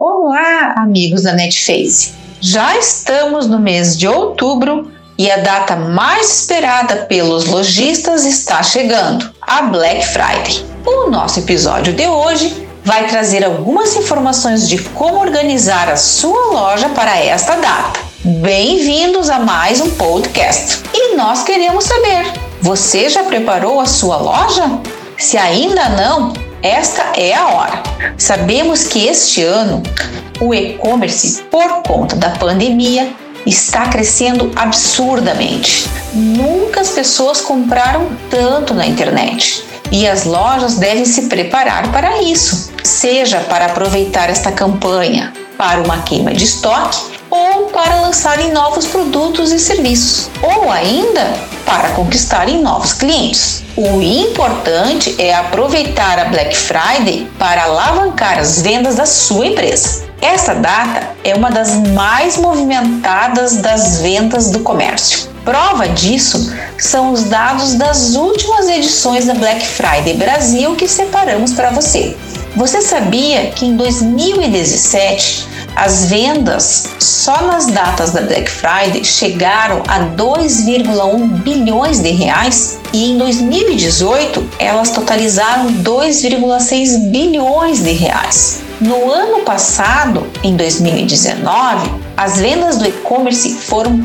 Olá, amigos da Netface! Já estamos no mês de outubro e a data mais esperada pelos lojistas está chegando, a Black Friday. O nosso episódio de hoje vai trazer algumas informações de como organizar a sua loja para esta data. Bem-vindos a mais um podcast. E nós queremos saber, você já preparou a sua loja? Se ainda não, esta é a hora. Sabemos que este ano o e-commerce, por conta da pandemia, está crescendo absurdamente. Nunca as pessoas compraram tanto na internet e as lojas devem se preparar para isso, seja para aproveitar esta campanha para uma queima de estoque ou para lançarem novos produtos e serviços, ou ainda para conquistarem novos clientes. O importante é aproveitar a Black Friday para alavancar as vendas da sua empresa. Esta data é uma das mais movimentadas das vendas do comércio. Prova disso são os dados das últimas edições da Black Friday Brasil que separamos para você. Você sabia que em 2017 as vendas só nas datas da Black Friday chegaram a 2,1 bilhões de reais e em 2018 elas totalizaram 2,6 bilhões de reais. No ano passado, em 2019, as vendas do e-commerce foram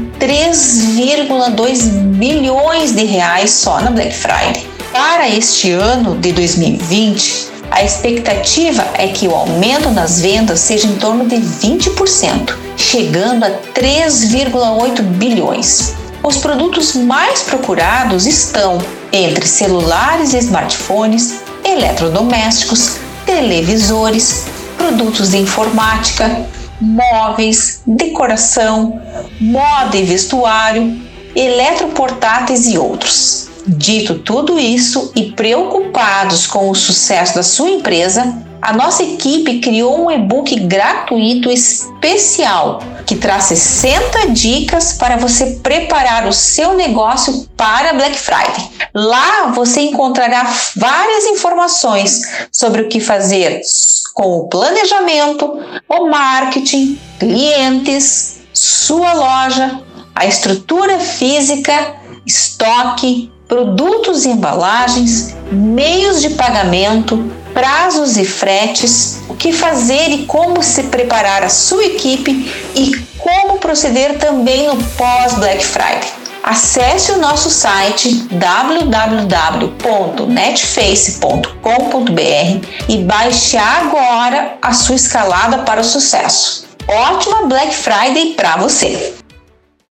3,2 bilhões de reais só na Black Friday. Para este ano de 2020, a expectativa é que o aumento nas vendas seja em torno de 20%, chegando a 3,8 bilhões. Os produtos mais procurados estão entre celulares e smartphones, eletrodomésticos, televisores, produtos de informática, móveis, decoração, moda e vestuário, eletroportáteis e outros. Dito tudo isso e preocupados com o sucesso da sua empresa, a nossa equipe criou um e-book gratuito especial que traz 60 dicas para você preparar o seu negócio para Black Friday. Lá você encontrará várias informações sobre o que fazer com o planejamento, o marketing, clientes, sua loja, a estrutura física, estoque, produtos e embalagens, meios de pagamento, prazos e fretes, o que fazer e como se preparar a sua equipe e como proceder também no pós-Black Friday. Acesse o nosso site www.netface.com.br e baixe agora a sua escalada para o sucesso. Ótima Black Friday para você!